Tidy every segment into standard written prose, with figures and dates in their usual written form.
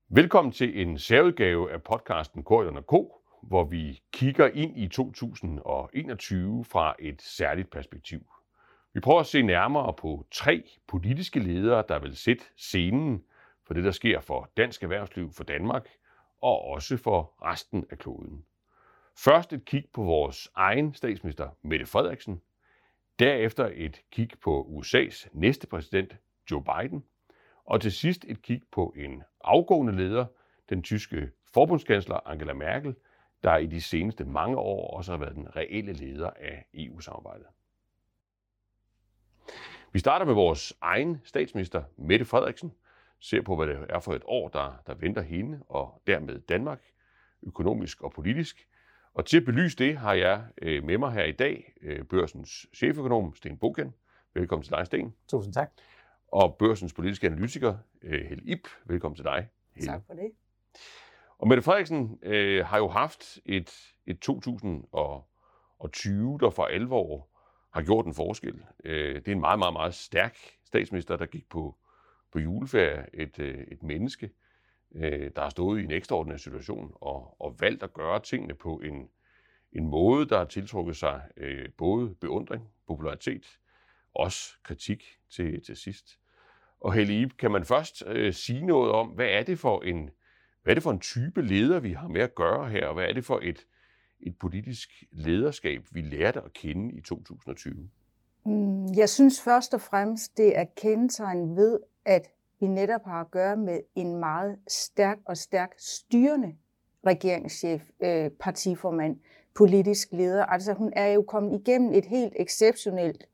Velkommen til en særudgave af podcasten Corydon & Co., hvor vi kigger ind i 2021 fra et særligt perspektiv. Vi prøver at se nærmere på 3 politiske ledere, der vil sætte scenen for det, der sker for dansk erhvervsliv, for Danmark og også for resten af kloden. Først et kig på vores egen statsminister, Mette Frederiksen. Derefter et kig på USA's næste præsident, Joe Biden. Og til sidst et kig på en afgående leder, den tyske forbundskansler Angela Merkel, der i de seneste mange år også har været den reelle leder af EU-samarbejdet. Vi starter med vores egen statsminister, Mette Frederiksen, ser på, hvad det er for et år, der venter hende og dermed Danmark, økonomisk og politisk. Og til at belyse det har jeg med mig her i dag Børsens cheføkonom, Sten Boken. Velkommen til dig, Sten. Tusind tak. Og Børsens politiske analytiker, Helle Ib. Velkommen til dig, Helle. Tak for det. Og Mette Frederiksen har jo haft et 2020, der for alvor har gjort en forskel. Det er en meget, meget, meget stærk statsminister, der gik på juleferie. Et menneske, der har stået i en ekstraordinær situation og valgt at gøre tingene på en måde, der har tiltrukket sig både beundring, popularitet, også kritik til sidst. Og Helle Ib, kan man først sige noget om, hvad er det for en type leder, vi har med at gøre her, og hvad er det for et politisk lederskab, vi lærte at kende i 2020? Jeg synes først og fremmest, det er kendetegn ved, at vi netop har at gøre med en meget stærk styrende regeringschef, partiformand, politisk leder. Altså hun er jo kommet igennem et helt exceptionelt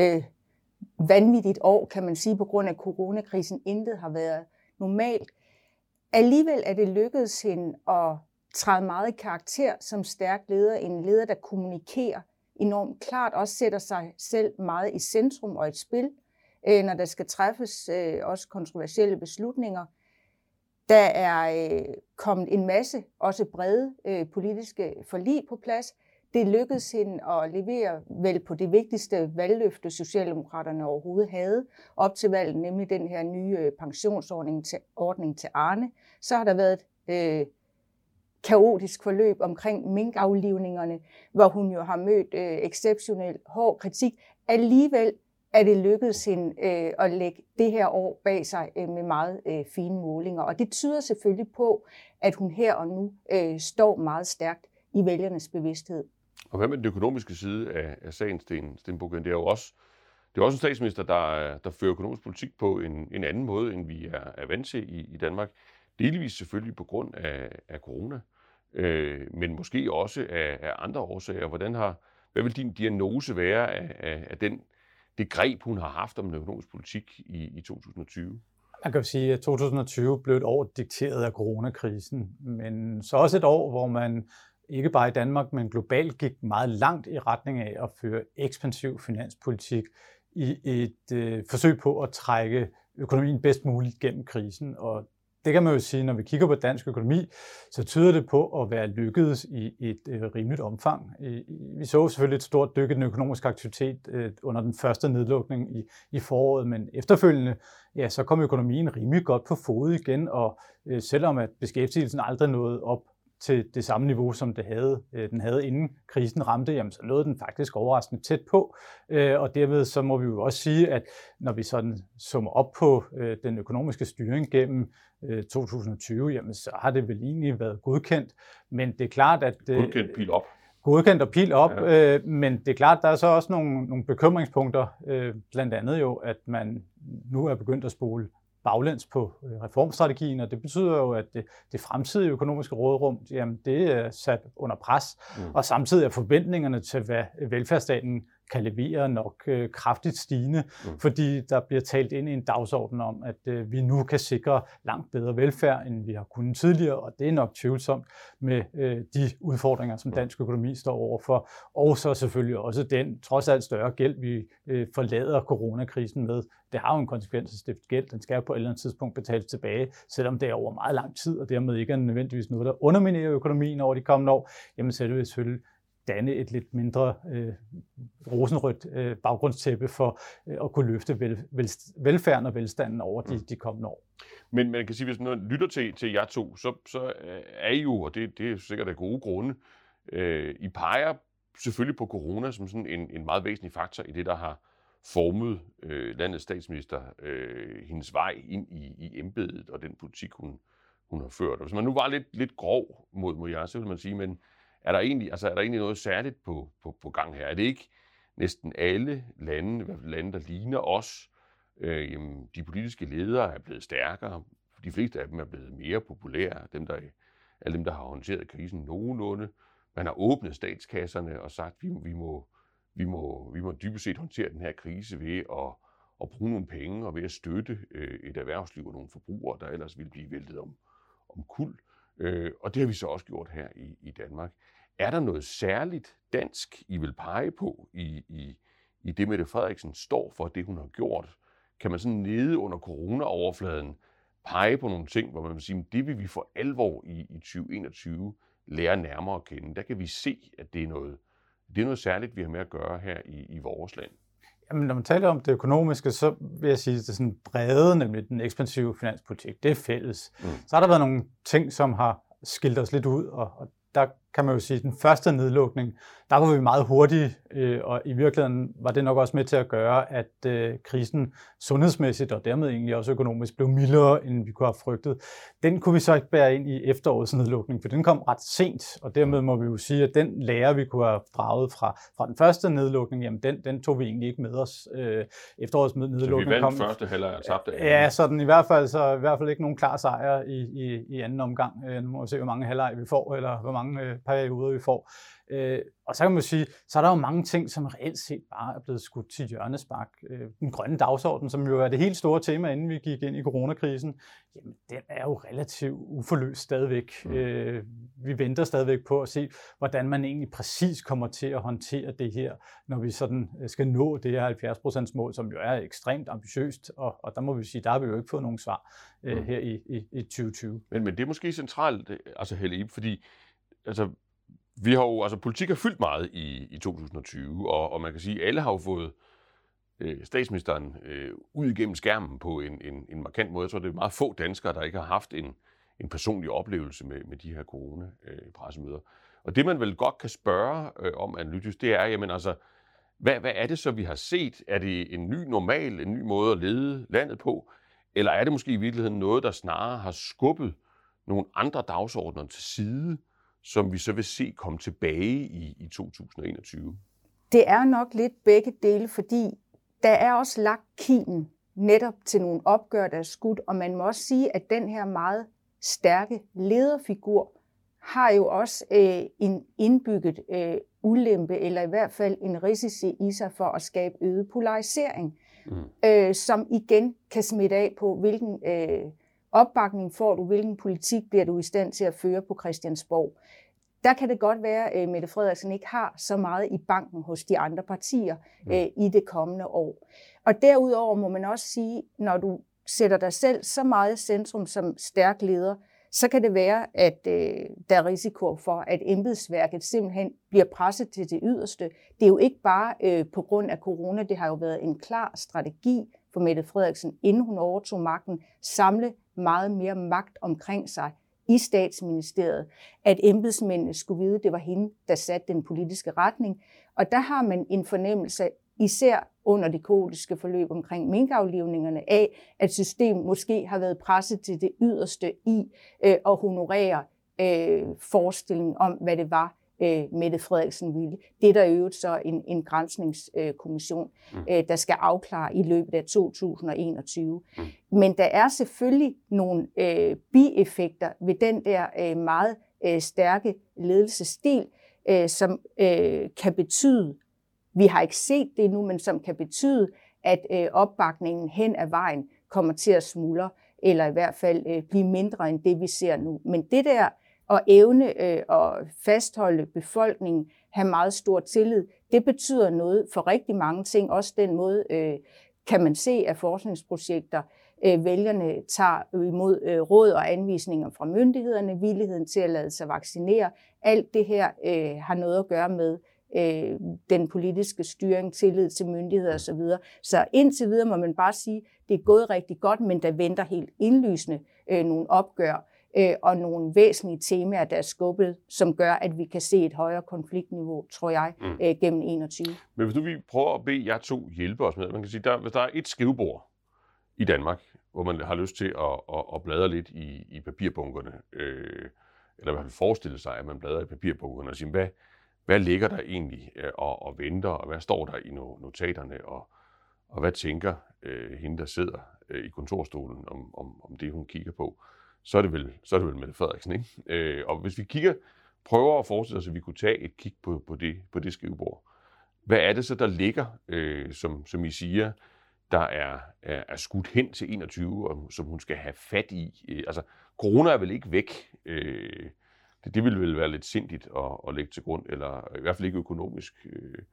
vanvittigt år, kan man sige, på grund af coronakrisen. Intet har været normalt. Alligevel er det lykkedes hende at træde meget i karakter som stærk leder. En leder, der kommunikerer enormt klart, også sætter sig selv meget i centrum og et spil, når der skal træffes også kontroversielle beslutninger. Der er kommet en masse, også brede politiske forlig på plads. Det lykkedes hende at levere vel på det vigtigste valgløfte, Socialdemokraterne overhovedet havde op til valget, nemlig den her nye pensionsordning til Arne. Så har der været et kaotisk forløb omkring minkaflivningerne, hvor hun jo har mødt exceptionelt hård kritik. Alligevel er det lykkedes hende at lægge det her år bag sig med meget fine målinger. Og det tyder selvfølgelig på, at hun her og nu står meget stærkt i vælgernes bevidsthed. Og hvad med den økonomiske side af sagen, Sten Boken? Det er jo også en statsminister, der fører økonomisk politik på en anden måde, end vi er vant til i Danmark. Delvis selvfølgelig på grund af corona, men måske også af andre årsager. Hvad vil din diagnose være af det greb, hun har haft om den økonomiske politik i 2020? Man kan jo sige, at 2020 blev et år dikteret af coronakrisen, men så også et år, hvor man ikke bare i Danmark, men globalt gik meget langt i retning af at føre ekspansiv finanspolitik i et forsøg på at trække økonomien bedst muligt gennem krisen. Og det kan man jo sige, når vi kigger på dansk økonomi, så tyder det på at være lykkedes i et rimeligt omfang. Vi så selvfølgelig et stort dyk i den økonomiske aktivitet under den første nedlukning i foråret, men efterfølgende, ja, så kom økonomien rimelig godt på fod igen, og selvom at beskæftigelsen aldrig nåede op til det samme niveau, som den havde inden krisen ramte, jamen, så nåede den faktisk overraskende tæt på. Og derved så må vi jo også sige, at når vi sådan summer op på den økonomiske styring gennem 2020, jamen, så har det vel egentlig været godkendt. Men det er klart, at godkendt pil op. Godkendt og pil op, ja. Men det er klart, der er så også nogle bekymringspunkter, blandt andet jo, at man nu er begyndt at spole baglæns på reformstrategien, og det betyder jo, at det fremtidige økonomiske råderum, jamen det er sat under pres, og samtidig er forventningerne til, hvad velfærdsstaten kan levere, nok kraftigt stigende, fordi der bliver talt ind i en dagsorden om, at vi nu kan sikre langt bedre velfærd, end vi har kunnet tidligere, og det er nok tvivlsomt med de udfordringer, som dansk økonomi står overfor, og så selvfølgelig også den trods alt større gæld, vi forlader coronakrisen med. Det har jo en konsekvens at stifte gæld. Den skal jo på et eller andet tidspunkt betales tilbage, selvom det er over meget lang tid, og dermed ikke er nødvendigvis noget, der underminerer økonomien over de kommende år. Jamen så er det selvfølgelig danne et lidt mindre rosenrødt baggrundstæppe for at kunne løfte velfærden og velstanden over de kommende år. Men man kan sige, hvis man lytter til jer to, så er I jo, og det er sikkert af gode grunde, I peger selvfølgelig på corona som sådan en meget væsentlig faktor i det, der har formet landets statsminister hendes vej ind i embedet og den politik, hun har ført. Og hvis man nu var lidt grov mod jer, så vil man sige, men er der egentlig noget særligt på gang her? Er det ikke næsten alle lande, i hvert fald lande, der ligner os, de politiske ledere er blevet stærkere, de fleste af dem er blevet mere populære, alle dem, der har håndteret krisen nogenlunde. Man har åbnet statskasserne og sagt, vi må dybest set håndtere den her krise ved at bruge nogle penge og ved at støtte et erhvervsliv og nogle forbrugere, der ellers ville blive væltet om kuld. Og det har vi så også gjort her i Danmark. Er der noget særligt dansk, I vil pege på i det, Mette Frederiksen står for, det hun har gjort? Kan man sådan nede under corona-overfladen pege på nogle ting, hvor man vil sige, det vil vi for alvor i 2021 lære nærmere at kende? Der kan vi se, at det er noget særligt, vi har med at gøre her i vores land. Jamen, når man taler om det økonomiske, så vil jeg sige, at det er sådan brede, nemlig den ekspansive finanspolitik. Det er fælles. Så har der været nogle ting, som har skilt os lidt ud, og der kan man jo sige, at den første nedlukning, der var vi meget hurtige, og i virkeligheden var det nok også med til at gøre, at krisen sundhedsmæssigt og dermed egentlig også økonomisk blev mildere, end vi kunne have frygtet. Den kunne vi så ikke bære ind i efterårets nedlukning, for den kom ret sent, og dermed må vi jo sige, at den lære, vi kunne have draget fra den første nedlukning, jamen den tog vi egentlig ikke med os. Efterårets nedlukning så vi vandt første halvleg og tabte anden. Ja, så den i hvert fald ikke nogen klar sejr i anden omgang. Nu må vi se, hvor mange halvleg vi får, eller hvor mange perioder vi får. Og så kan man sige, så er der jo mange ting, som reelt set bare er blevet skudt til hjørnespark. Den grønne dagsorden, som jo er det helt store tema, inden vi gik ind i coronakrisen, jamen den er jo relativt uforløst stadigvæk. Vi venter stadigvæk på at se, hvordan man egentlig præcis kommer til at håndtere det her, når vi sådan skal nå det her 70%-mål, som jo er ekstremt ambitiøst, og der må vi sige, der har vi jo ikke fået nogen svar her i 2020. Men det er måske centralt, altså Helle Ib, fordi vi har jo, politik har fyldt meget i 2020, og man kan sige, at alle har jo fået statsministeren ud igennem skærmen på en markant måde. Jeg tror, det er meget få danskere, der ikke har haft en personlig oplevelse med de her corona-pressemøder. Og det, man vel godt kan spørge om analytisk, det er, jamen hvad er det så, vi har set? Er det en ny normal, en ny måde at lede landet på? Eller er det måske i virkeligheden noget, der snarere har skubbet nogle andre dagsordner til side, som vi så vil se komme tilbage i 2021? Det er nok lidt begge dele, fordi der er også lagt kimen netop til nogle opgør, der er skudt, og man må også sige, at den her meget stærke lederfigur har jo også en indbygget ulempe, eller i hvert fald en risici i sig for at skabe øget polarisering, som igen kan smitte af på, hvilken opbakning får du, hvilken politik bliver du i stand til at føre på Christiansborg. Der kan det godt være, at Mette Frederiksen ikke har så meget i banken hos de andre partier i det kommende år. Og derudover må man også sige, når du sætter dig selv så meget i centrum som stærk leder, så kan det være, at der er risiko for, at embedsværket simpelthen bliver presset til det yderste. Det er jo ikke bare på grund af corona, det har jo været en klar strategi for Mette Frederiksen, inden hun overtog magten, samle meget mere magt omkring sig i statsministeriet, at embedsmændene skulle vide, at det var hende, der satte den politiske retning. Og der har man en fornemmelse, især under det kaotiske forløb omkring minkaflivningerne, af, at systemet måske har været presset til det yderste i at honorere forestillingen om, hvad det var, Mette Frederiksen ville. Det er der i øvrigt så en granskningskommission, der skal afklare i løbet af 2021. Men der er selvfølgelig nogle bieffekter ved den der meget stærke ledelsesstil, som kan betyde, vi har ikke set det endnu, men som kan betyde, at opbakningen hen ad vejen kommer til at smuldre, eller i hvert fald blive mindre end det, vi ser nu. Men det der og evne at fastholde befolkningen, have meget stor tillid, det betyder noget for rigtig mange ting. Også den måde, kan man se af forskningsprojekter, vælgerne tager imod råd og anvisninger fra myndighederne, villigheden til at lade sig vaccinere. Alt det her har noget at gøre med, den politiske styring, tillid til myndigheder osv. Så indtil videre må man bare sige, det er gået rigtig godt, men der venter helt indlysende nogle opgør og nogle væsentlige temaer, der er skubbet, som gør, at vi kan se et højere konfliktniveau, tror jeg, gennem 21. Men hvis nu vi prøver at bede jer to hjælpe os med, man kan sige, hvis der er et skrivebord i Danmark, hvor man har lyst til at bladre lidt i papirbunkerne, eller i hvert fald forestille sig, at man bladrer i papirbunkerne og siger, hvad ligger der egentlig og venter, og hvad står der i notaterne, og hvad tænker hende, der sidder i kontorstolen om det, hun kigger på, så er det vel Mette Frederiksen, ikke? Og hvis vi prøver at forestille os, at vi kunne tage et kig på det skrivebord, hvad er det så, der ligger, som I siger, der er skudt hen til 21, og som hun skal have fat i? Altså, corona er vel ikke væk. Det ville vel være lidt sindigt at lægge til grund, eller i hvert fald ikke økonomisk.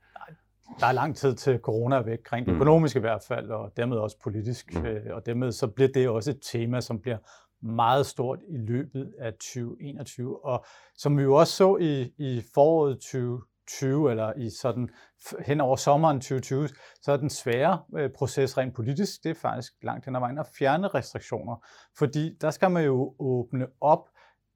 Der er lang tid til corona er væk, rent økonomisk i hvert fald, og dermed også politisk. Og dermed så bliver det også et tema, som bliver meget stort i løbet af 2021. Og som vi jo også så i foråret 2020, eller i sådan hen over sommeren 2020, så er den svære proces rent politisk, det er faktisk langt hen ad vejen at fjerne restriktioner. Fordi der skal man jo åbne op,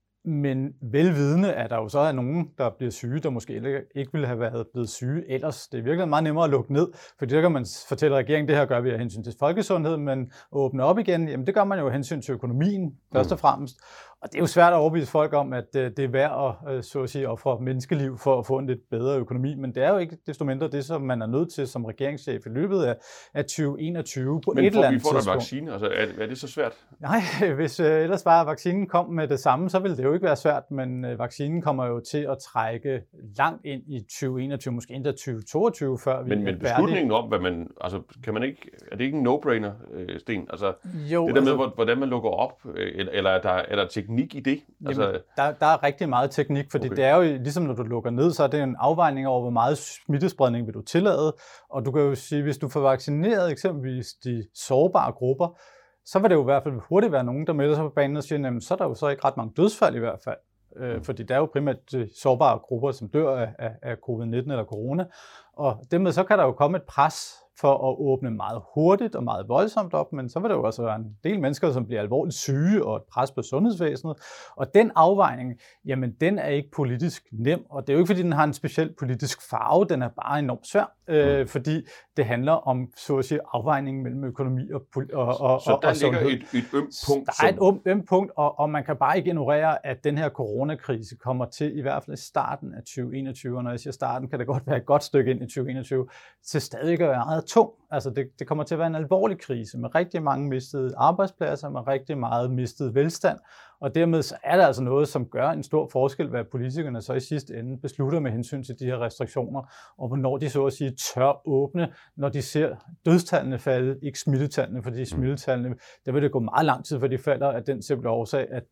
men velvidende, at der jo så er nogen, der bliver syge, der måske ikke ville have været blevet syge ellers. Det er virkelig meget nemmere at lukke ned, fordi der kan man fortælle regeringen, det her gør vi af hensyn til folkesundhed, men åbne op igen, jamen det gør man jo af hensyn til økonomien, først og fremmest. Og det er jo svært at overbevise folk om, at det er værd at, så at sige, ofre menneskeliv for at få en lidt bedre økonomi, men det er jo ikke desto mindre det, som man er nødt til som regeringschef i løbet af 2021 på et eller andet tidspunkt. Men får vi vaccine? Altså, er det så svært? Nej, hvis ellers bare vaccinen kom med det samme, så ville det jo ikke være svært, men vaccinen kommer jo til at trække langt ind i 2021, måske endda 2022, før vi Men beslutningen om, hvad man, altså kan man ikke, er det ikke en no-brainer, Sten? Altså, jo, det der med, hvordan man lukker op, eller er der teknik i det? Altså, jamen, der er rigtig meget teknik, fordi det er jo ligesom, når du lukker ned, så er det en afvejning over, hvor meget smittespredning vil du tillade, og du kan jo sige, hvis du får vaccineret eksempelvis de sårbare grupper, så vil det jo i hvert fald hurtigt være nogen, der melder sig på banen og siger, jamen, så er der jo så ikke ret mange dødsfald i hvert fald. Fordi der er jo primært sårbare grupper, som dør af covid-19 eller corona, og dermed så kan der jo komme et pres for at åbne meget hurtigt og meget voldsomt op, men så vil der jo også være en del mennesker, som bliver alvorligt syge og et pres på sundhedsvæsenet. Og den afvejning, jamen den er ikke politisk nem, og det er jo ikke, fordi den har en speciel politisk farve, den er bare enormt svær, fordi det handler om, så at sige, afvejningen mellem økonomi og så der ligger et ømt punkt? Der er et ømt punkt, og man kan bare ikke ignorere, at den her coronakrise kommer til, i hvert fald i starten af 2021, og når jeg siger starten, kan det godt være et godt stykke ind i 2021, til stadig at være meget tung. Altså det kommer til at være en alvorlig krise med rigtig mange mistede arbejdspladser, med rigtig meget mistet velstand, og dermed så er der altså noget, som gør en stor forskel, hvad politikerne så i sidste ende beslutter med hensyn til de her restriktioner, og hvornår de så at sige tør åbne, når de ser dødstallene falde, ikke smittetallene, fordi smittetallene, der vil det gå meget lang tid, før de falder af den simple årsag, at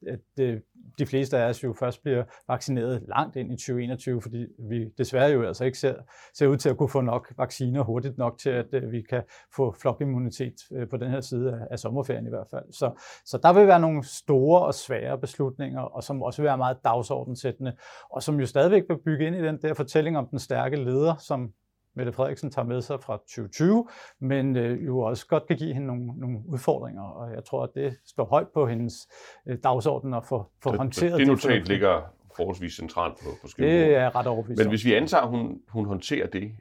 de fleste af os jo først bliver vaccineret langt ind i 2021, fordi vi desværre jo altså ikke ser ud til at kunne få nok vacciner hurtigt nok til, at vi kan få flokimmunitet på den her side af sommerferien i hvert fald. Så der vil være nogle store og svære beslutninger, og som også vil være meget dagsordensættende, og som jo stadigvæk vil bygge ind i den der fortælling om den stærke leder, som Mette Frederiksen tager med sig fra 2020, men jo også godt kan give hende nogle udfordringer, og jeg tror, at det står højt på hendes dagsorden at få håndteret. Det notat ligger forholdsvis centralt på skrivebordet. Det er ret overbevist. Men hvis vi antager, at hun håndterer det,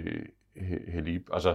Helib, altså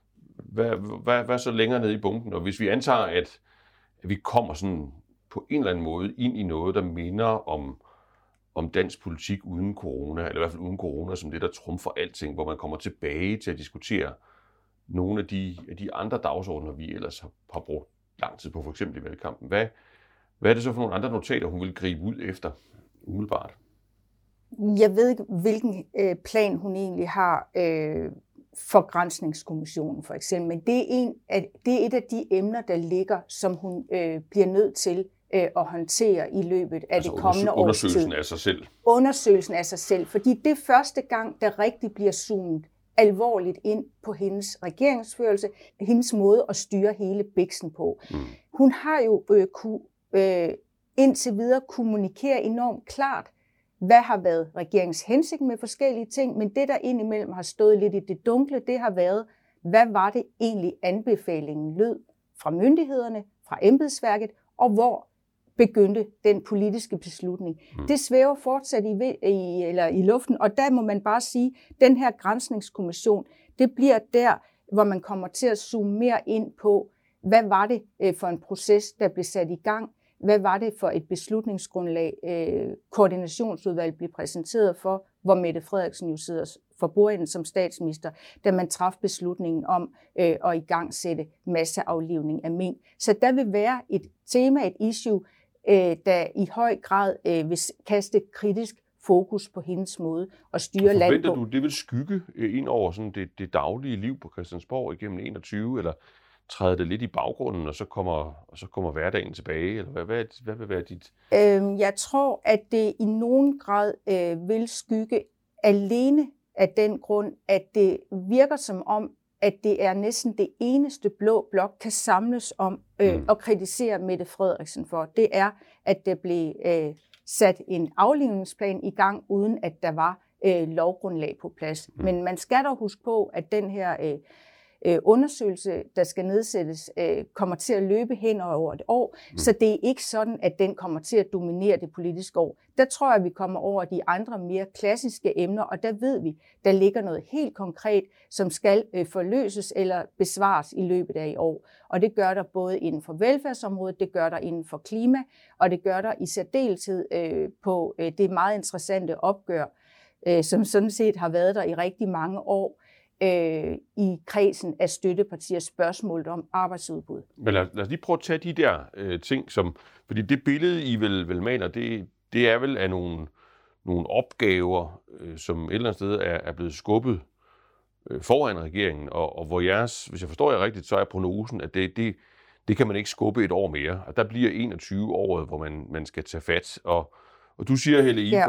hvad så længere nede i bunken, og hvis vi antager, at vi kommer sådan på en eller anden måde ind i noget, der minder om dansk politik uden corona, eller i hvert fald uden corona som det, der trumfer alting, hvor man kommer tilbage til at diskutere nogle af de andre dagsordner, vi ellers har brugt lang tid på, for eksempel i valgkampen. Hvad er det så for nogle andre notater, hun vil gribe ud efter umiddelbart? Jeg ved ikke, hvilken plan hun egentlig har for Granskningskommissionen for eksempel, men det er et af de emner, der ligger, som hun bliver nødt til at håndtere i løbet af det kommende års tid. Undersøgelsen af sig selv. Undersøgelsen af sig selv, fordi det er første gang, der rigtig bliver zoomet alvorligt ind på hendes regeringsførelse, hendes måde at styre hele biksen på. Hun har jo indtil videre kommunikeret enormt klart, hvad har været regeringens hensigt med forskellige ting, men det, der indimellem har stået lidt i det dunkle, det har været, hvad var det egentlig anbefalingen lød fra myndighederne, fra embedsværket, og hvor begyndte den politiske beslutning. Det svæver fortsat i luften, og der må man bare sige, at den her granskningskommission, det bliver der, hvor man kommer til at zoome mere ind på, hvad var det for en proces, der blev sat i gang, hvad var det for et beslutningsgrundlag, koordinationsudvalget blev præsenteret for, hvor Mette Frederiksen jo sidder for bordenden som statsminister, da man traf beslutningen om at igangsætte masseaflivning af mink. Så der vil være et tema, et issue, der i høj grad vil kaste kritisk fokus på hendes måde at styre landet på. Forventer du, det vil skygge ind over sådan det daglige liv på Christiansborg igennem 21, eller træder det lidt i baggrunden, og så kommer hverdagen tilbage? Eller hvad vil være dit? Jeg tror, at det i nogen grad vil skygge alene af den grund, at det virker som om, at det er næsten det eneste blå blok kan samles om at kritisere Mette Frederiksen for. Det er, at der blev sat en aflivningsplan i gang, uden at der var lovgrundlag på plads. Men man skal dog huske på, at den her undersøgelse, der skal nedsættes, kommer til at løbe hen over et år, så det er ikke sådan, at den kommer til at dominere det politiske år. Der tror jeg, at vi kommer over de andre mere klassiske emner, og der ved vi, der ligger noget helt konkret, som skal forløses eller besvares i løbet af i år. Og det gør der både inden for velfærdsområdet, det gør der inden for klima, og det gør der i særdeleshed på det meget interessante opgør, som sådan set har været der i rigtig mange år, i kredsen af støttepartiers spørgsmål om arbejdsudbud. Men lad os lige prøve at tage de der ting, fordi det billede, I vel maler, det er vel af nogle opgaver, som et eller andet sted er blevet skubbet foran regeringen, og hvor jeres, hvis jeg forstår jer rigtigt, så er prognosen, at det kan man ikke skubbe et år mere, og der bliver 21 året, hvor man skal tage fat, og du siger, Helle Ip,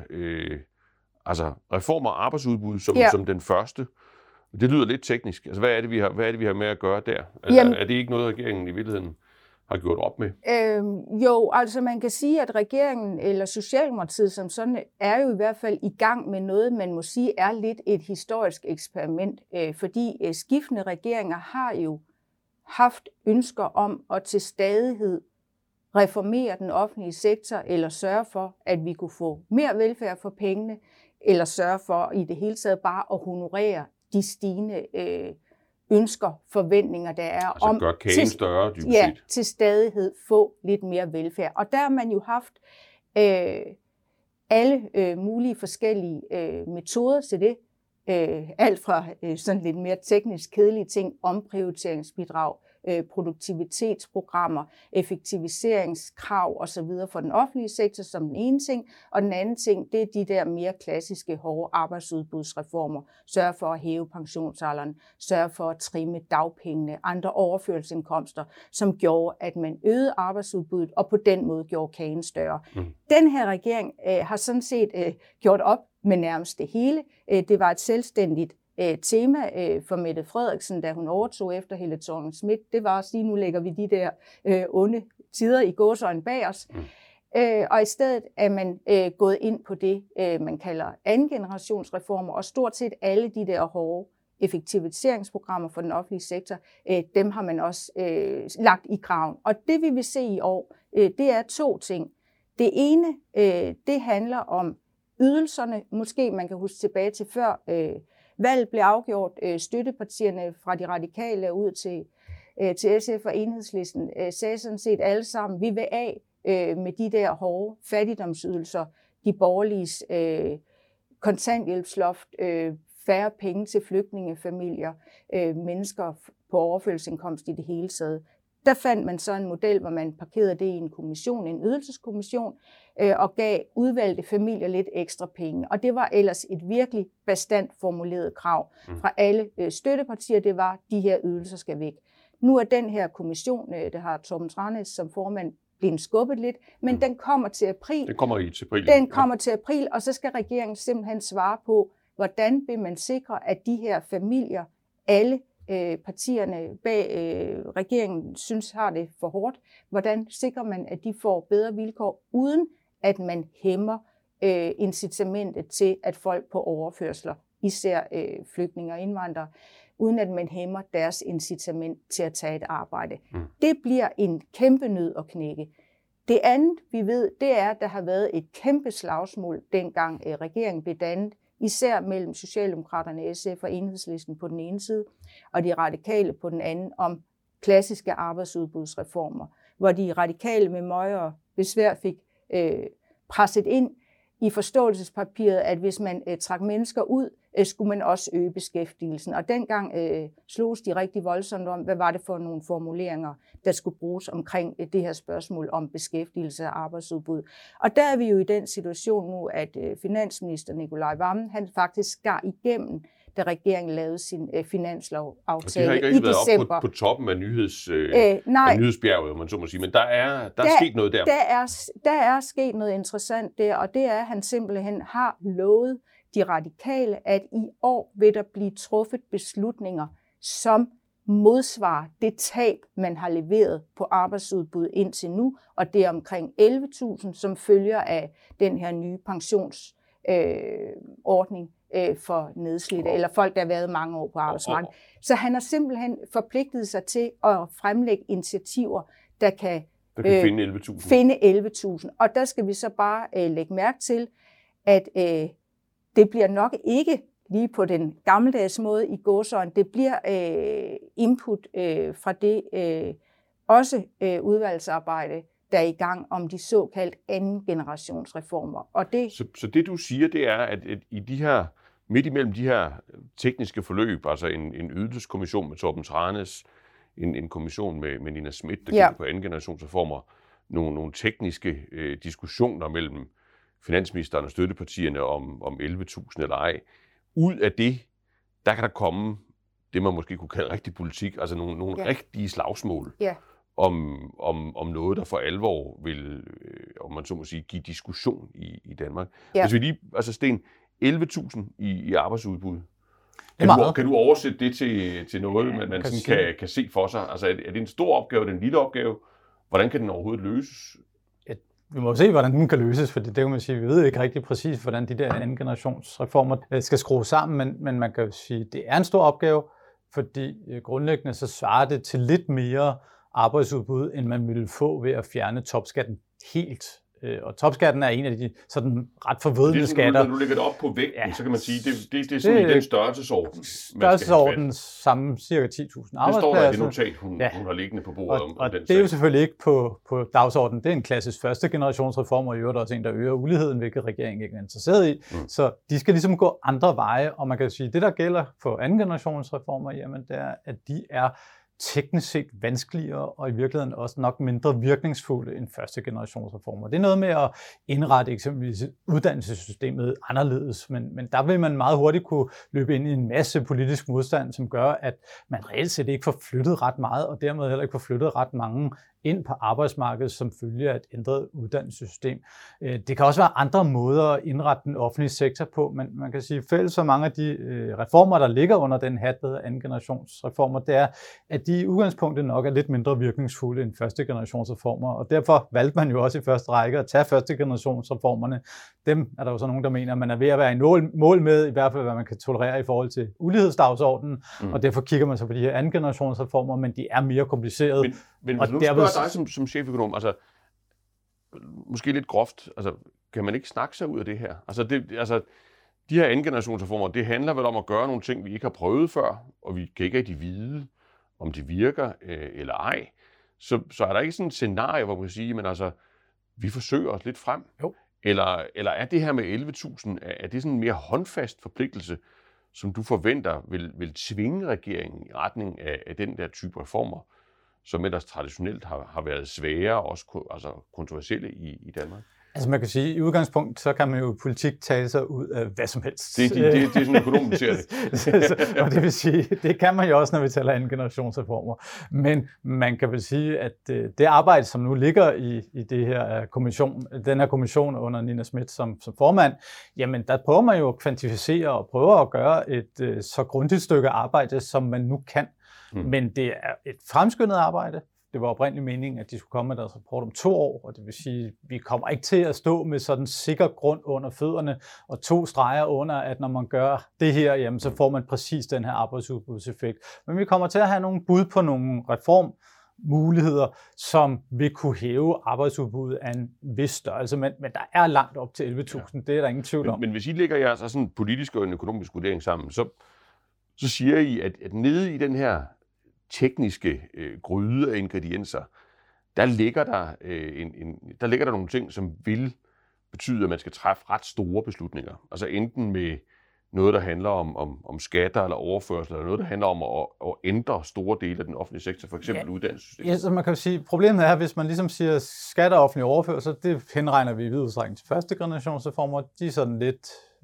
altså reform og arbejdsudbud som den første. Det lyder lidt teknisk. Altså, hvad er det, vi har med at gøre der? Er det ikke noget, regeringen i virkeligheden har gjort op med? Jo, altså man kan sige, at regeringen eller Socialdemokratiet som sådan er jo i hvert fald i gang med noget, man må sige er lidt et historisk eksperiment, fordi skiftende regeringer har jo haft ønsker om at til stadighed reformere den offentlige sektor, eller sørge for, at vi kunne få mere velfærd for pengene, eller sørge for i det hele taget bare at honorere de stigende ønsker, forventninger, der er altså om gør kagen større, dybest set. Til stadighed få lidt mere velfærd. Og der har man jo haft alle mulige forskellige metoder til det. Alt fra sådan lidt mere teknisk kedelige ting, omprioriteringsbidrag, produktivitetsprogrammer, effektiviseringskrav osv. for den offentlige sektor som den ene ting, og den anden ting, det er de der mere klassiske hårde arbejdsudbudsreformer. Sørge for at hæve pensionsalderen, sørge for at trimme dagpengene, andre overførselsindkomster, som gjorde, at man øgede arbejdsudbuddet, og på den måde gjorde kagen større. Den her regering har sådan set gjort op med nærmest det hele. Det var et selvstændigt tema for Mette Frederiksen, da hun overtog efter Helle Thorning-Schmidt. Det var at sige, nu lægger vi de der onde tider i gåseøjne bag os. Og i stedet er man gået ind på det, man kalder anden generationsreformer, og stort set alle de der hårde effektiviseringsprogrammer for den offentlige sektor, dem har man også lagt i graven. Og det vi vil se i år, det er to ting. Det ene, det handler om ydelserne. Måske man kan huske tilbage til før valget blev afgjort. Støttepartierne fra de radikale ud til SF og Enhedslisten sagde sådan set alle sammen, vi vil af med de der hårde fattigdomsydelser, de borgerliges kontanthjælpsloft, færre penge til flygtningefamilier, mennesker på overførselsindkomst i det hele taget. Der fandt man så en model, hvor man parkerede det i en kommission, en ydelseskommission, og gav udvalgte familier lidt ekstra penge. Og det var ellers et virkelig bastant formuleret krav fra alle støttepartier, det var, at de her ydelser skal væk. Nu er den her kommission, det har Torben Tranæs som formand, blevet skubbet lidt, men den kommer til april. Den kommer til april. Den kommer til april, og så skal regeringen simpelthen svare på, hvordan vil man sikre, at de her familier, alle partierne bag regeringen synes har det for hårdt. Hvordan sikrer man, at de får bedre vilkår, uden at man hæmmer incitamentet til, at folk på overførsler, især flygtninge og indvandrere, uden at man hæmmer deres incitament til at tage et arbejde. Det bliver en kæmpe nød at knække. Det andet, vi ved, det er, at der har været et kæmpe slagsmål, dengang regeringen blev dannet, især mellem Socialdemokraterne, SF og Enhedslisten på den ene side, og de radikale på den anden, om klassiske arbejdsudbudsreformer, hvor de radikale med møje og besvær fik presset ind i forståelsespapiret, at hvis man trak mennesker ud, skulle man også øge beskæftigelsen. Og dengang slogs de rigtig voldsomt om, hvad var det for nogle formuleringer, der skulle bruges omkring det her spørgsmål om beskæftigelse og arbejdsudbud. Og der er vi jo i den situation nu, at finansminister Nicolai Wammen, han faktisk skar igennem, da regeringen lavede sin finanslovaftale i december. Det har ikke været op på toppen af nyhedsbjerget, man så må sige, men der er sket noget der. Der er sket noget interessant der, og det er, at han simpelthen har lovet de radikale, at i år vil der blive truffet beslutninger, som modsvarer det tab, man har leveret på arbejdsudbud indtil nu, og det er omkring 11.000, som følger af den her nye pensionsordning for nedslidte, eller folk, der har været mange år på arbejdsmarkedet. Så han har simpelthen forpligtet sig til at fremlægge initiativer, der kan finde 11.000. Og der skal vi så bare lægge mærke til, at det bliver nok ikke lige på den gammeldags måde i gåseøjne. Det bliver input fra det også udvalgsarbejde, der er i gang om de såkaldt anden generationsreformer. Og det... Så det du siger, det er, at i de her, midt imellem de her tekniske forløb, altså en ydelseskommission med Torben Tranæs, en kommission med Nina Smith, der kigger på anden generationsreformer, nogle tekniske diskussioner mellem finansministeren og støttepartierne om 11.000 eller ej. Ud af det, der kan der komme det, man måske kunne kalde rigtig politik, altså nogle rigtige slagsmål om noget, der for alvor vil, om man så må sige, give diskussion i Danmark. Hvis vi lige, altså Sten, 11.000 i arbejdsudbud. Kan du oversætte det til noget, man sådan kan se for sig? Altså er det en stor opgave, er det en lille opgave? Hvordan kan den overhovedet løses? Vi må se, hvordan den kan løses, for det kan man sige, vi ved ikke rigtig præcis, hvordan de der anden generationsreformer skal skrues sammen, men man kan jo sige, at det er en stor opgave, fordi grundlæggende så svarer det til lidt mere arbejdsudbud, end man ville få ved at fjerne topskatten helt. Og topskatten er en af de sådan ret forvridende skatter. Når du lægger det op på vægten, så kan man sige, det er sådan i den størrelsesorden. Størrelsesorden samme cirka 10.000 arbejdspladser. Det står der i det notat, hun har liggende på bordet om den sag. Det er jo selvfølgelig ikke på dagsordenen. Det er en klassisk første generationsreform, og i øvrigt også en, der øger uligheden, hvilket regeringen ikke er interesseret i. Så de skal ligesom gå andre veje, og man kan sige, at det, der gælder for anden generationsreformer, jamen det er, at de er teknisk set vanskeligere og i virkeligheden også nok mindre virkningsfulde end første generationsreformer. Det er noget med at indrette eksempelvis uddannelsessystemet anderledes, men der vil man meget hurtigt kunne løbe ind i en masse politisk modstand, som gør, at man reelt set ikke får flyttet ret meget, og dermed heller ikke får flyttet ret mange ind på arbejdsmarkedet som følge af et ændret uddannelsessystem. Det kan også være andre måder at indrette den offentlige sektor på, men man kan sige, fælles for mange af de reformer, der ligger under den hat, der hedder anden generationsreformer, det er, at de i udgangspunktet nok er lidt mindre virkningsfulde end første generationsreformer, og derfor valgte man jo også i første række at tage første generationsreformerne. Dem er der jo så nogen, der mener, at man er ved at være i mål med, i hvert fald hvad man kan tolerere i forhold til ulighedsdagsordenen, og derfor kigger man så på de her anden generationsreformer, men de er mere komplicerede. Men hvis nu spørger dig som cheføkonom, altså måske lidt groft, altså kan man ikke snakke sig ud af det her? Altså de her anden generationsreformer, det handler vel om at gøre nogle ting, vi ikke har prøvet før, og vi kan ikke rigtig vide, om det virker eller ej. Så er der ikke sådan et scenarie, hvor man kan sige, men altså, vi forsøger os lidt frem. Jo. Eller er det her med 11.000, er det sådan en mere håndfast forpligtelse, som du forventer vil tvinge regeringen i retning af den der type reformer, som ellers traditionelt har været svære og også kontroversielle i Danmark? Altså man kan sige, at i udgangspunkt, så kan man jo i politik tage sig ud af hvad som helst. Det er sådan, økonomen ser det. Og det vil sige, det kan man jo også, når vi taler anden generationsreformer. Men man kan vel sige, at det arbejde, som nu ligger i det her den her kommission under Nina Smith som formand, jamen der prøver man jo at kvantificere og prøver at gøre et så grundigt stykke arbejde, som man nu kan. Men det er et fremskyndet arbejde, Det var oprindeligt meningen, at de skulle komme med deres rapport om 2 år, og det vil sige, at vi kommer ikke til at stå med sådan sikker grund under fødderne og 2 streger under, at når man gør det her, jamen, så får man præcis den her arbejdsudbudseffekt. Men vi kommer til at have nogle bud på nogle reformmuligheder, som vil kunne hæve arbejdsudbuddet af en vis størrelse, men der er langt op til 11.000, det er der ingen tvivl om. Men hvis I lægger jeres sådan en politisk og en økonomisk vurdering sammen, så siger I, at nede i den her tekniske gryde af ingredienser, der ligger der nogle ting, som vil betyde, at man skal træffe ret store beslutninger. Altså enten med noget, der handler om skatter eller overførsler, eller noget, der handler om at ændre store dele af den offentlige sektor, for eksempel uddannelsessystemet. Ja, så man kan sige, problemet er, hvis man ligesom siger skatter og offentlige overførsler, det henregner vi i vid udstrækning til første generationsreformer, de er sådan lidt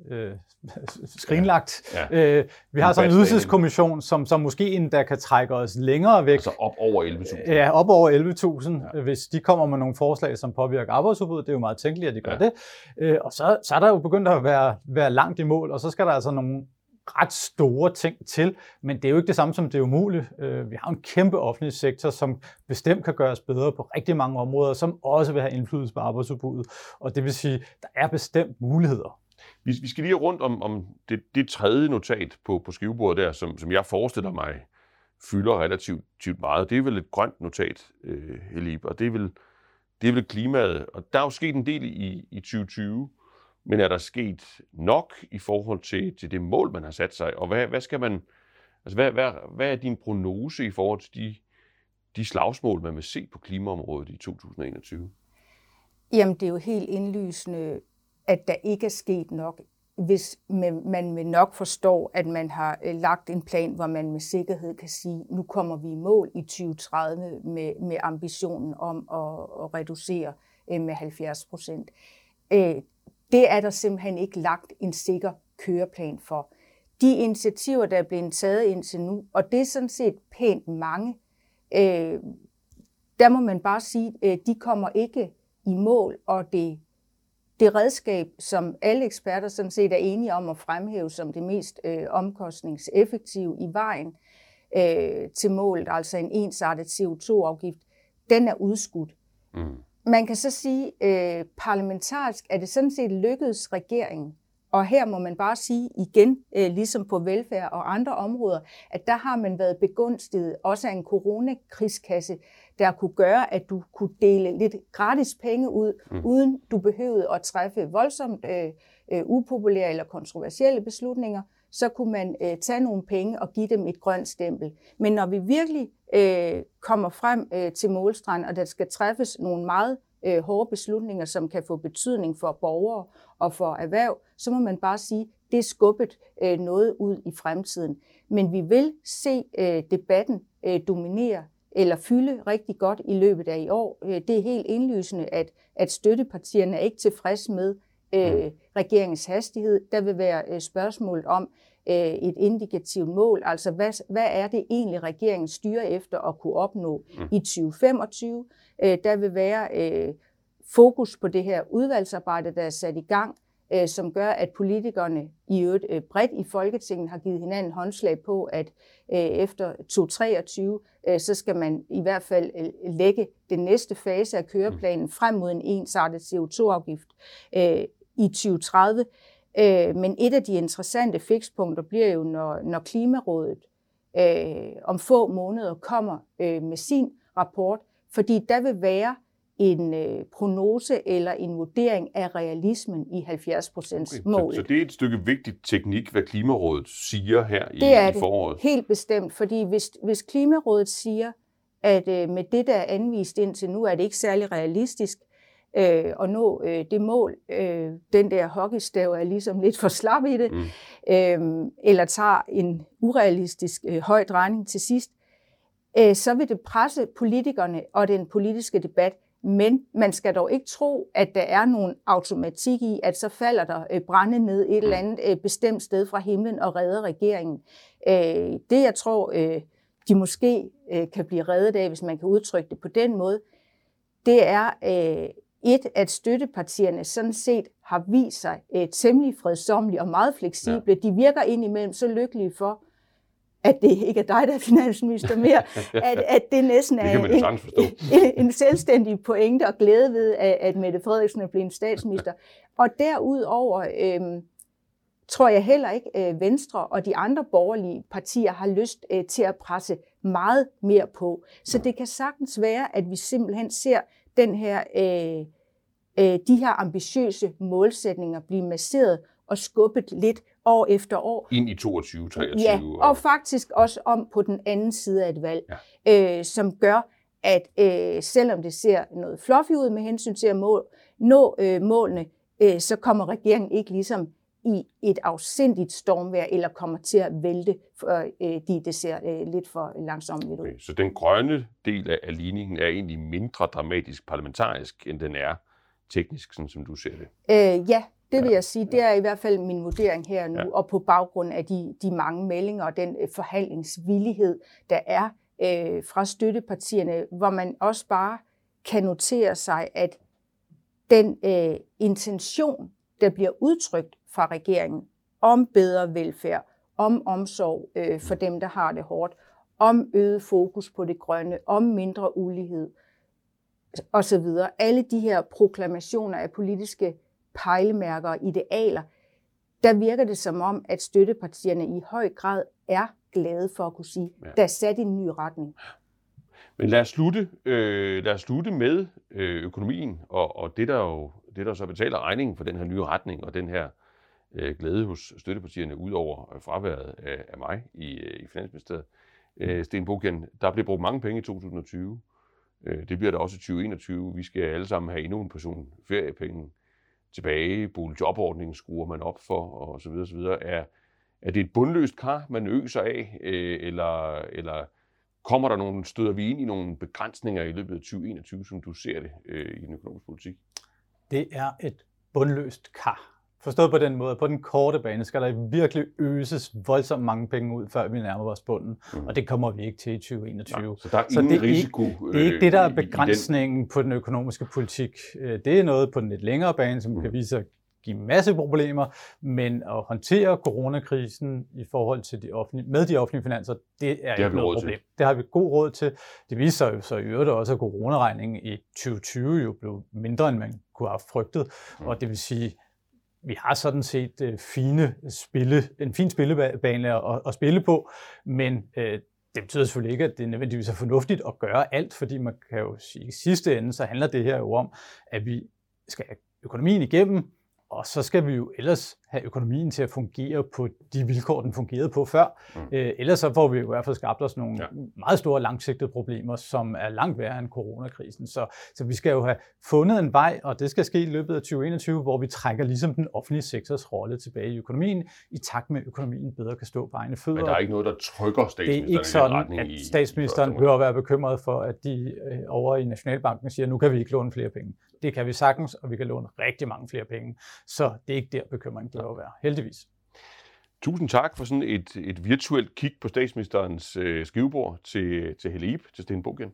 skrinlagt. Ja. Vi har sådan en ydelseskommission, som måske endda kan trække os længere væk. Altså op over 11.000. Ja, op over 11.000, hvis de kommer med nogle forslag, som påvirker arbejdsudbuddet. Det er jo meget tænkeligt, at de gør det. Og så er der jo begyndt at være langt i mål, og så skal der altså nogle ret store ting til, men det er jo ikke det samme som det er umuligt. Vi har en kæmpe offentlig sektor, som bestemt kan gøres bedre på rigtig mange områder, som også vil have indflydelse på arbejdsudbuddet. Og det vil sige, der er bestemt muligheder. Vi skal lige rundt om det tredje notat på skrivebordet der, som jeg forestiller mig fylder relativt meget. Det er vel et grønt notat, Helib, og det er vel klimaet. Og der er jo sket en del i 2020, men er der sket nok i forhold til det mål, man har sat sig? Og hvad skal man, altså hvad er din prognose i forhold til de slagsmål, man vil se på klimaområdet i 2021? Jamen, det er jo helt indlysende, at der ikke er sket nok, hvis man med nok forstår, at man har lagt en plan, hvor man med sikkerhed kan sige, nu kommer vi i mål i 2030 med ambitionen om at reducere med 70%. Det er der simpelthen ikke lagt en sikker køreplan for. De initiativer, der er blevet taget indtil nu, og det er sådan set pænt mange, der må man bare sige, de kommer ikke i mål, og det redskab, som alle eksperter sådan set er enige om at fremhæve som det mest omkostningseffektive i vejen til målet, altså en ensartet CO2-afgift, den er udskudt. Man kan så sige, parlamentarisk er det sådan set lykkedes regeringen, og her må man bare sige igen, ligesom på velfærd og andre områder, at der har man været begunstiget også af en coronakrigskasse, der kunne gøre, at du kunne dele lidt gratis penge ud, uden du behøvede at træffe voldsomt upopulære eller kontroversielle beslutninger. Så kunne man tage nogle penge og give dem et grønt stempel. Men når vi virkelig kommer frem til målstregen, og der skal træffes nogle meget hårde beslutninger, som kan få betydning for borgere og for erhverv, så må man bare sige, at det er skubbet noget ud i fremtiden. Men vi vil se debatten dominere eller fylde rigtig godt i løbet af i år. Det er helt indlysende, at støttepartierne er ikke tilfreds med regeringens hastighed. Der vil være spørgsmål om et indikativt mål, altså hvad er det egentlig, regeringen styrer efter at kunne opnå i 2025. Der vil være fokus på det her udvalgsarbejde, der er sat i gang, som gør, at politikerne i øvrigt bredt i Folketinget har givet hinanden håndslag på, at efter 2023, så skal man i hvert fald lægge den næste fase af køreplanen frem mod en ensartet CO2-afgift i 2030. Men et af de interessante fikspunkter bliver jo, når Klimarådet om få måneder kommer med sin rapport, fordi der vil være en prognose eller en vurdering af realismen i 70%-målet. Så det er et stykke vigtigt teknik, hvad Klimarådet siger her i foråret? Det er helt bestemt, fordi hvis Klimarådet siger, at med det, der er anvist indtil nu, er det ikke særlig realistisk at nå det mål, den der hockeystav er ligesom lidt for slap i det, eller tager en urealistisk høj drejning til sidst, så vil det presse politikerne og den politiske debat. Men man skal dog ikke tro, at der er nogen automatik i, at så falder der brænde ned et eller andet bestemt sted fra himlen og redder regeringen. Det, jeg tror, de måske kan blive reddet af, hvis man kan udtrykke det på den måde, det er at støttepartierne sådan set har vist sig temmelig fredsommelige og meget fleksible. Ja. De virker indimellem så lykkelige for, at det ikke er dig, der er finansminister mere, at det næsten er en selvstændig pointe og glæde ved, at Mette Frederiksen er blevet statsminister. Og derudover tror jeg heller ikke, Venstre og de andre borgerlige partier har lyst til at presse meget mere på. Så det kan sagtens være, at vi simpelthen ser de her ambitiøse målsætninger blive masseret og skubbet lidt år efter år. Ind i 22-23. Ja, og faktisk også om på den anden side af et valg, som gør, at selvom det ser noget fluffy ud med hensyn til at nå målene, så kommer regeringen ikke ligesom i et afsindigt stormvejr, eller kommer til at vælte, fordi det ser lidt for langsomt ud. Okay, så den grønne del af ligningen er egentlig mindre dramatisk parlamentarisk, end den er teknisk, sådan som du ser det? Ja, det vil jeg sige. Det er i hvert fald min vurdering her nu, og på baggrund af de mange meldinger og den forhandlingsvillighed, der er fra støttepartierne, hvor man også bare kan notere sig, at den intention, der bliver udtrykt fra regeringen om bedre velfærd, om omsorg for dem, der har det hårdt, om øget fokus på det grønne, om mindre ulighed osv. Alle de her proklamationer af politiske pejlemærker og idealer, der virker det som om, at støttepartierne i høj grad er glade for at kunne sige, der er sat en ny retning. Men lad os slutte med økonomien og det der så betaler regningen for den her nye retning og den her glæde hos støttepartierne ud over fraværet af mig i Finansministeriet. Sten Bogian, der bliver brugt mange penge i 2020. Det bliver der også i 2021. Vi skal alle sammen have endnu en portion feriepenge tilbage. Boligjobordningen skruer man op for, og så videre, så videre. Er det et bundløst kar, man øser af, eller kommer der støder vi ind i nogle begrænsninger i løbet af 2021, som du ser det i den økonomiske politik? Det er et bundløst kar. Forstået på den måde, at på den korte bane skal der virkelig øses voldsomt mange penge ud, før vi nærmer os bunden. Og det kommer vi ikke til i 2021. Nej, så der er ingen risiko. Det er ikke det, der er begrænsningen på den økonomiske politik. Det er noget på den lidt længere bane, som kan vise sig at give masse problemer, men at håndtere coronakrisen i forhold til de offentlige finanser, det er ikke noget problem. Det har vi god råd til. Det viser sig jo så i øvrigt også, at coronaregningen i 2020 jo blev mindre, end man kunne have frygtet. Og det vil sige, vi har sådan set en fin spillebane at spille på, men det betyder selvfølgelig ikke, at det nødvendigvis er fornuftigt at gøre alt, fordi man kan jo sige, at i sidste ende, så handler det her jo om, at vi skal have økonomien igennem, og så skal vi jo ellers have økonomien til at fungere på de vilkår, den fungerede på før. Ellers så får vi i hvert fald skabt os nogle meget store langsigtede problemer, som er langt værre end coronakrisen. Så vi skal jo have fundet en vej, og det skal ske i løbet af 2021, hvor vi trækker ligesom den offentlige sektors rolle tilbage i økonomien, i takt med, at økonomien bedre kan stå på egne fødder. Men der er ikke noget, der trykker statsministeren i den retning? Det er ikke sådan, at statsministeren behøver at være bekymret for, at de over i Nationalbanken siger, nu kan vi ikke låne flere penge. Det kan vi sagtens, og vi kan låne rigtig mange flere penge. Så det er ikke der, bekymringen behøver at være. Heldigvis. Tusind tak for sådan et virtuelt kig på statsministerens skrivebord til Helle Ib, til Sten Bogian.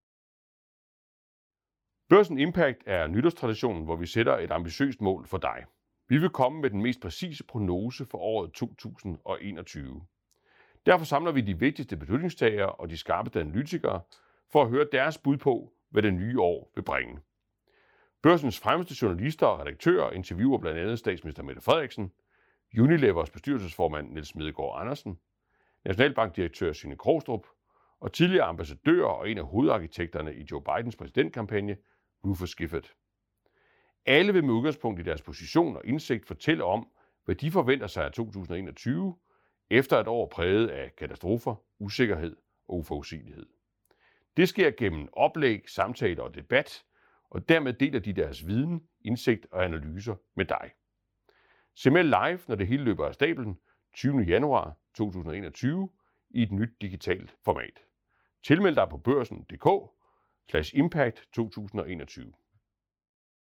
Børsen Impact er nytårstraditionen, hvor vi sætter et ambitiøst mål for dig. Vi vil komme med den mest præcise prognose for året 2021. Derfor samler vi de vigtigste beslutningstagere og de skarpeste analytikere for at høre deres bud på, hvad det nye år vil bringe. Børsens fremmeste journalister og redaktører interviewer blandt andet statsminister Mette Frederiksen, Unilevers bestyrelsesformand Niels Smedegaard Andersen, Nationalbankdirektør Signe Krogstrup og tidligere ambassadør og en af hovedarkitekterne i Joe Bidens præsidentkampagne, Rufus Gifford. Alle vil med udgangspunkt i deres position og indsigt fortælle om, hvad de forventer sig af 2021, efter et år præget af katastrofer, usikkerhed og uforudsigelighed. Det sker gennem oplæg, samtaler og debat, og dermed deler de deres viden, indsigt og analyser med dig. Se med live, når det hele løber af stablen 20. januar 2021 i et nyt digitalt format. Tilmeld dig på børsen.dk/impact 2021.